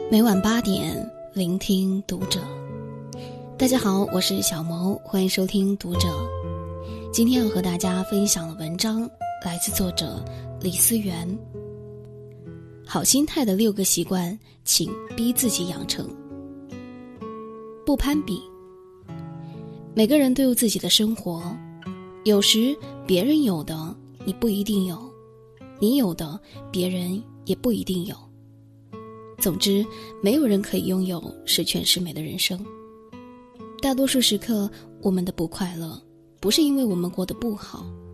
每晚8点，聆听读者。大家好，我是小萌，欢迎收听读者。今天要和大家分享的文章来自作者李思源。好心态的6个习惯，请逼自己养成。不攀比。每个人都有自己的生活，有时别人有的你不一定有，你有的别人也不一定有。总之，没有人可以拥有十全十美的人生。大多数时刻，我们的不快乐不是因为我们过得不好，